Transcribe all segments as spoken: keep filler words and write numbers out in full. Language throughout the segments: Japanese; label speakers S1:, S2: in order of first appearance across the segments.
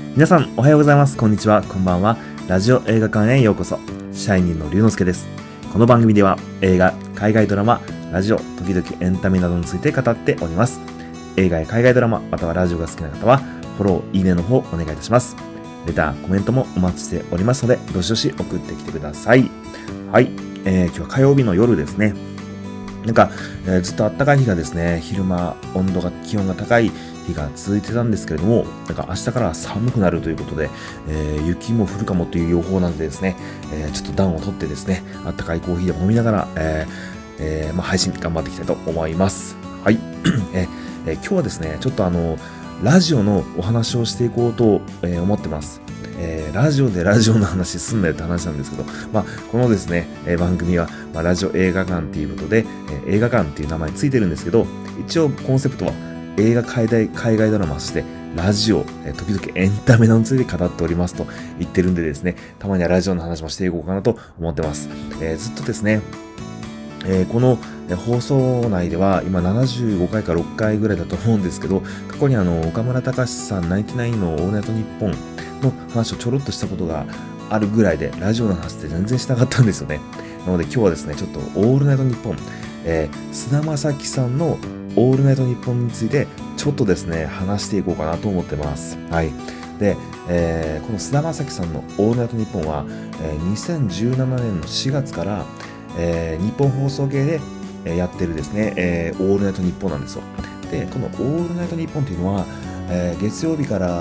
S1: 皆さんおはようございます。こんにちは、こんばんは。ラジオ映画館へようこそ。シャイニーの龍之介です。この番組では映画、海外ドラマ、ラジオ、時々エンタメなどについて語っております。映画や海外ドラマまたはラジオが好きな方はフォロー、いいねの方お願いいたします。レター、コメントもお待ちしておりますのでどしどし送ってきてください。はい、えー、今日は火曜日の夜ですね。なんか、えー、ずっと暖かい日がですね、昼間温度が気温が高い日が続いてたんですけれども、なんか明日からは寒くなるということで、えー、雪も降るかもという予報なのでですね、えー、ちょっと暖を取ってですね、暖かいコーヒーでも飲みながら、えーえーまあ、配信頑張っていきたいと思います。はい、えーえー、今日はですね、ちょっとあのラジオのお話をしていこうと、えー、思ってます。えー、ラジオでラジオの話すんなよって話なんですけど、まあ、このですね、えー、番組は、まあ、ラジオ映画館っていうことで、えー、映画館っていう名前ついてるんですけど、一応コンセプトは映画海外、海外ドラマ、そしてラジオ、えー、時々エンタメについて語っておりますと言ってるんでですね、たまにはラジオの話もしていこうかなと思ってます。えー、ずっとですね、えー、この放送内では今ななじゅうごかいかろっかいぐらいだと思うんですけど、過去にあの岡村隆史さんナインティナインのオールナイトニッポンの話をちょろっとしたことがあるぐらいで、ラジオの話って全然しなかったんですよね。なので今日はですね、ちょっとオールナイトニッポン、えー、菅田将暉さんのオールナイトニッポンについてちょっとですね話していこうかなと思ってます。はい。で、えー、この菅田将暉さんのオールナイトニッポンは、えー、にせんじゅうななねんのしがつからえー、日本放送系で、えー、やってるですね、えー、オールナイトニッポンなんですよ。で、このオールナイトニッポンっていうのは、えー、月曜日から、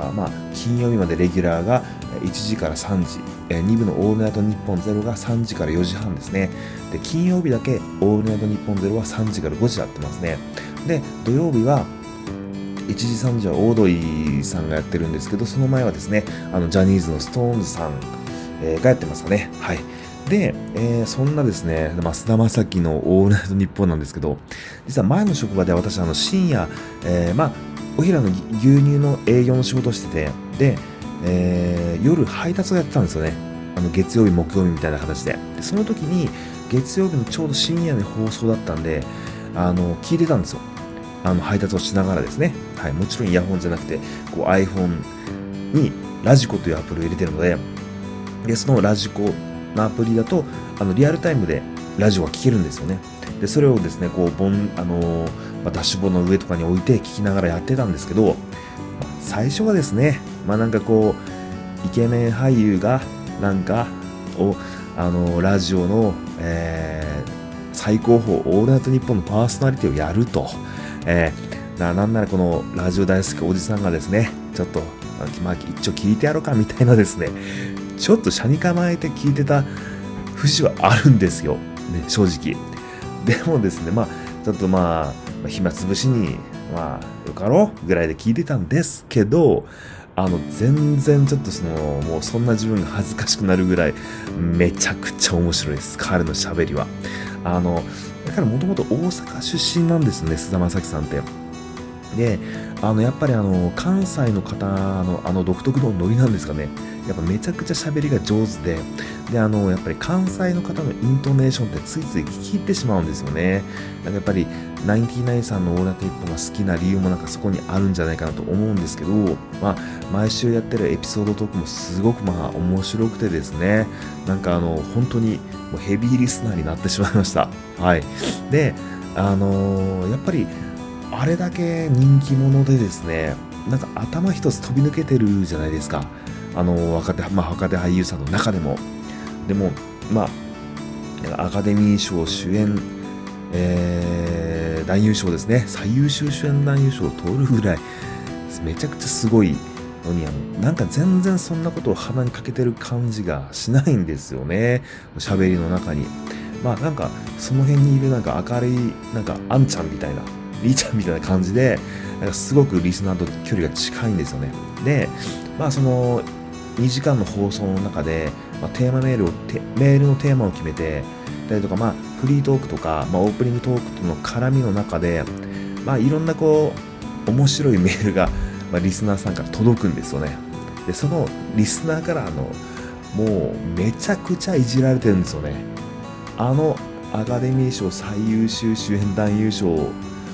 S1: まあ、金曜日までレギュラーがいちじからさんじ、えー、に部のオールナイトニッポンゼロがさんじからよじはんですね。で、金曜日だけオールナイトニッポンゼロはさんじからごじやってますね。で、土曜日はいちじさんじはオードリーさんがやってるんですけど、その前はですね、あのジャニーズのストーンズさん、えー、がやってますかね。はい。で、えー、そんなですね、まあ、菅田将暉のオールナイトニッポンなんですけど、実は前の職場では私、あの深夜、えー、まあ、お昼の牛乳の営業の仕事をしてて、で、えー、夜配達をやってたんですよね。あの月曜日、木曜日みたいな形で。で、その時に、月曜日のちょうど深夜の放送だったんで、あの、聞いてたんですよ。あの、配達をしながらですね。はい、もちろんイヤホンじゃなくて、こう iPhone にラジコというアプリを入れてるので、で、そのラジコ、のアプリだとあのリアルタイムでラジオが聴けるんですよね。でそれをですねこうボン、あのーまあ、ダッシュボードの上とかに置いて聴きながらやってたんですけど、まあ、最初はですねまあなんかこうイケメン俳優がなんかおあのー、ラジオの、えー、最高峰オールナイトニッポンのパーソナリティをやると、えー、な, なんならこのラジオ大好きおじさんがですねちょっと、まあ、一応聞いてやろうかみたいなですねちょっと車に構えて聞いてた節はあるんですよ、ね、正直。でもですね、まあ、ちょっとまあ、暇つぶしに、まあ、よかろうぐらいで聞いてたんですけど、あの、全然ちょっとその、もうそんな自分が恥ずかしくなるぐらい、めちゃくちゃ面白いです、彼の喋りは。あの、だからもともと大阪出身なんですね、菅田将暉さんって。で、あの、やっぱりあの、関西の方のあの独特のノリなんですかね。やっぱめちゃくちゃ喋りが上手で、で、あの、やっぱり関西の方のイントネーションってついつい聞き入ってしまうんですよね。なんかやっぱり、ナインティナインさんのオールナイトニッポンが好きな理由もなんかそこにあるんじゃないかなと思うんですけど、まあ、毎週やってるエピソードトークもすごくまあ面白くてですね、なんかあの、本当にもうヘビーリスナーになってしまいました。はい。で、あのー、やっぱり、あれだけ人気者でですね、なんか頭一つ飛び抜けてるじゃないですか。あの若手、まあ、若手俳優さんの中でも。でも、まあ、アカデミー賞主演、えー、男優賞ですね。最優秀主演男優賞を取るぐらい、めちゃくちゃすごいのに、あの、なんか全然そんなことを鼻にかけてる感じがしないんですよね。喋りの中に。まあ、なんか、その辺にいるなんか明るい、なんか、あんちゃんみたいな、りーちゃんみたいな感じで、なんかすごくリスナーと距離が近いんですよね。で、まあそのにじかんの放送の中で、まあ、テーマメールをメールのテーマを決めてたりとか、まあフリートークとか、まあ、オープニングトークとの絡みの中で、まあいろんなこう面白いメールが、まあ、リスナーさんから届くんですよね。で、そのリスナーからあのもうめちゃくちゃいじられてるんですよね。あのアカデミー賞最優秀主演男優賞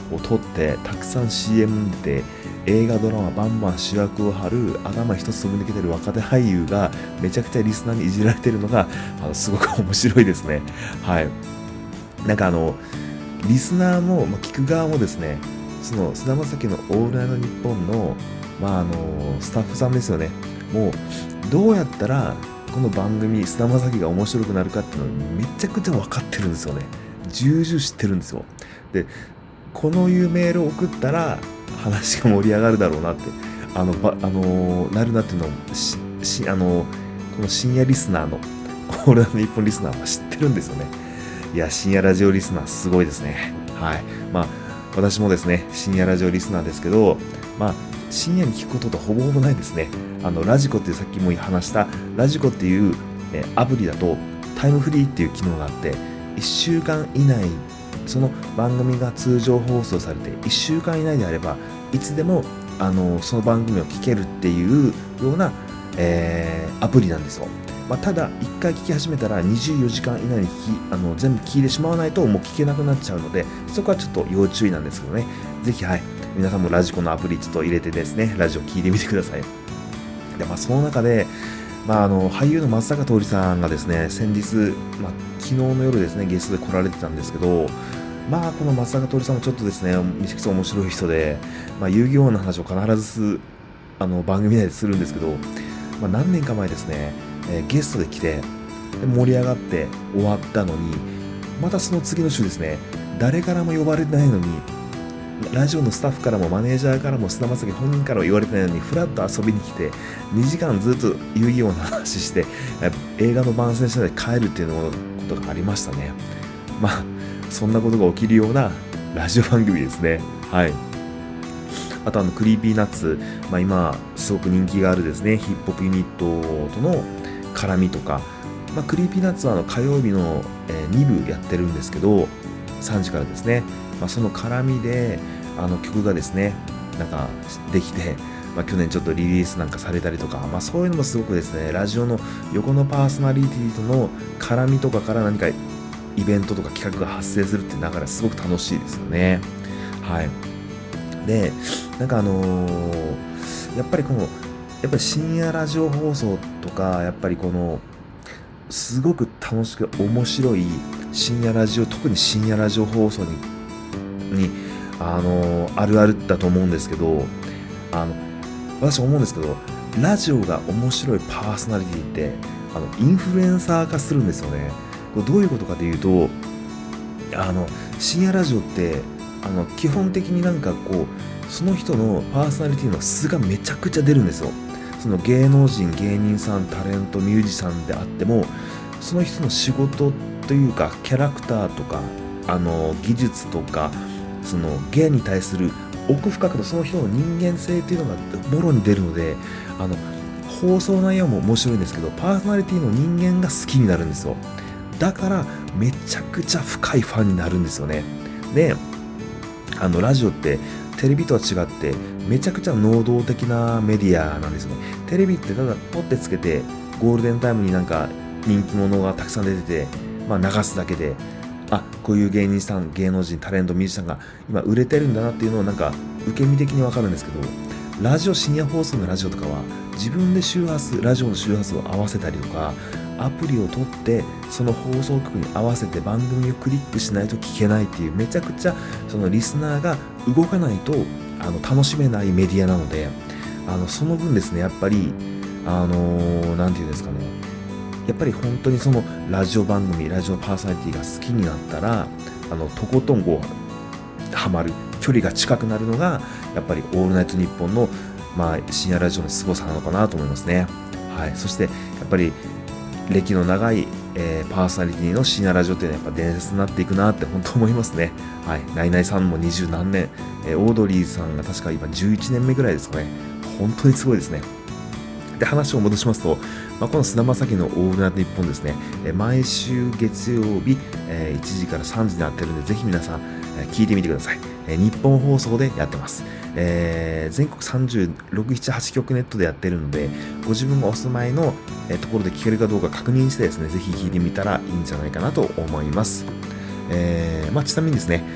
S1: を撮ってたくさん シーエム で映画ドラマバンバン主役を張る頭一つ飛び抜けてる若手俳優がめちゃくちゃリスナーにいじられてるのがあのすごく面白いですね。はい。なんかあのリスナーも、まあ、聞く側もですね、その菅田将暉のオールナイトニッポンのまああのスタッフさんですよね。もうどうやったらこの番組菅田将暉が面白くなるかっていうのをめちゃくちゃ分かってるんですよね。重々知ってるんですよ。で、このいうメールを送ったら話が盛り上がるだろうなってあのばあのなるなっていうのをししあのこの深夜リスナーのオールナイトニッポンリスナーは知ってるんですよね。いや、深夜ラジオリスナーすごいですね。はい。まあ私もですね深夜ラジオリスナーですけど、まあ深夜に聞くこととほぼほぼないですね。あのラジコっていうさっきも話したラジコっていう、えアプリだとタイムフリーっていう機能があって、いっしゅうかん以内その番組が通常放送されていっしゅうかん以内であればいつでもあのその番組を聞けるっていうような、えー、アプリなんですよ。まあ、ただいっかい聞き始めたらにじゅうよじかん以内に聞きあの全部聞いてしまわないともう聞けなくなっちゃうので、そこはちょっと要注意なんですけどね。ぜひはい皆さんもラジコのアプリちょっと入れてですねラジオ聞いてみてください。で、まあ、その中でまあ、あの俳優の松坂桃李さんがですね先日、まあ、昨日の夜ですねゲストで来られてたんですけど、まあこの松坂桃李さんもちょっとですねめちゃくちゃ面白い人で、まあ、遊戯王の話を必ずすあの番組内でするんですけど、まあ、何年か前ですね、えー、ゲストで来てで盛り上がって終わったのに、またその次の週ですね誰からも呼ばれてないのにラジオのスタッフからもマネージャーからも菅田将暉本人からも言われてないのにフラッと遊びに来てにじかんずっと遊戯王の話して映画の番宣したで帰るっていうのことがありましたね。まあそんなことが起きるようなラジオ番組ですね。はい。あとあのクリーピーナッツ、まあ、今すごく人気があるですねヒップホップユニットとの絡みとか、まあ、クリーピーナッツはあの火曜日の、えー、に部やってるんですけどさんじからですね、まあ、その絡みであの曲がですねなんかできて、まあ、去年ちょっとリリースなんかされたりとか、まあ、そういうのもすごくですねラジオの横のパーソナリティとの絡みとかから何かイベントとか企画が発生するっていう流れすごく楽しいですよね。はい。でなんかあのー、やっぱりこのやっぱり深夜ラジオ放送とかやっぱりこのすごく楽しく面白い深夜ラジオ、特に深夜ラジオ放送ににあのー、あるあるだと思うんですけど、あの私思うんですけどラジオが面白いパーソナリティってあのインフルエンサー化するんですよね。これどういうことかというと、あの深夜ラジオってあの基本的になんかこうその人のパーソナリティの素がめちゃくちゃ出るんですよ。その芸能人、芸人さん、タレント、ミュージシャンであってもその人の仕事というかキャラクターとかあの技術とかその芸に対する奥深くのその人の人間性というのがもろに出るので、あの放送内容も面白いんですけどパーソナリティの人間が好きになるんですよ。だからめちゃくちゃ深いファンになるんですよね。であのラジオってテレビとは違ってめちゃくちゃ能動的なメディアなんですよね。テレビってただポッてつけてゴールデンタイムになんか人気者がたくさん出てて、まあ、流すだけで、あ、こういう芸人さん、芸能人、タレント、ミュージシャンが今売れてるんだなっていうのをなんか受け身的にわかるんですけど、ラジオ、深夜放送のラジオとかは自分で周波数、ラジオの周波数を合わせたりとかアプリを取ってその放送局に合わせて番組をクリックしないと聞けないっていう、めちゃくちゃそのリスナーが動かないとあの楽しめないメディアなので、あのその分ですねやっぱりあのー、なんていうんですかね、やっぱり本当にそのラジオ番組、ラジオパーソナリティが好きになったらあのとことんこうハマる、距離が近くなるのがやっぱりオールナイトニッポンの、まあ、深夜ラジオの凄さなのかなと思いますね。はい。そしてやっぱり歴の長い、えー、パーソナリティの深夜ラジオっていうのはやっぱ伝説になっていくなって本当思いますね。はい。ナイナイさんも二十何年、えー、オードリーさんが確か今じゅういちねんめぐらいですかね。本当にすごいですね。で、話を戻しますと、まあ、この菅田将暉のオールナイトニッポンですね、えー、毎週月曜日、えー、いちじからさんじになってるんで、ぜひ皆さん、えー、聞いてみてください。えー、日本放送でやってます。えー、全国さんじゅうろく、なな、はち局ネットでやってるので、ご自分がお住まいの、えー、ところで聞けるかどうか確認してですね、ぜひ聞いてみたらいいんじゃないかなと思います。えーまあ、ちなみにですね、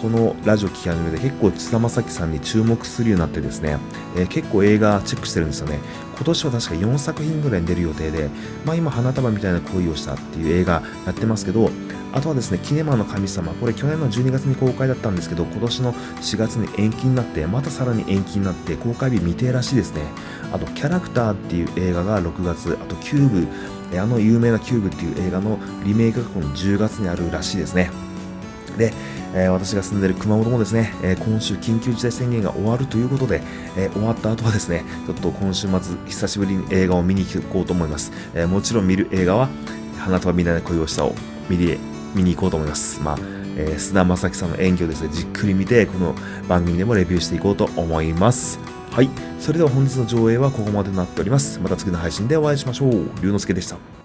S1: このラジオ聞き始めて結構津田正樹さんに注目するようになってですね、えー、結構映画チェックしてるんですよね。今年は確かよんさく品ぐらいに出る予定で、まあ今花束みたいな恋をしたっていう映画やってますけど、あとはですね、キネマの神様、これ去年のじゅうにがつに公開だったんですけど、今年のしがつに延期になって、またさらに延期になって公開日未定らしいですね。あとキャラクターっていう映画がろくがつ、あとキューブ、あの有名なキューブっていう映画のリメイクがこのじゅうがつにあるらしいですね。で、えー、私が住んでいる熊本もですね、えー、今週緊急事態宣言が終わるということで、えー、終わった後はですね、ちょっと今週末久しぶりに映画を見に行こうと思います。えー、もちろん見る映画は花束みたいな恋をしたを見に見に行こうと思います。まあ、えー、菅田将暉さんの演技をですね、じっくり見て、この番組でもレビューしていこうと思います。はい。それでは本日の上映はここまでとなっております。また次の配信でお会いしましょう。龍之介でした。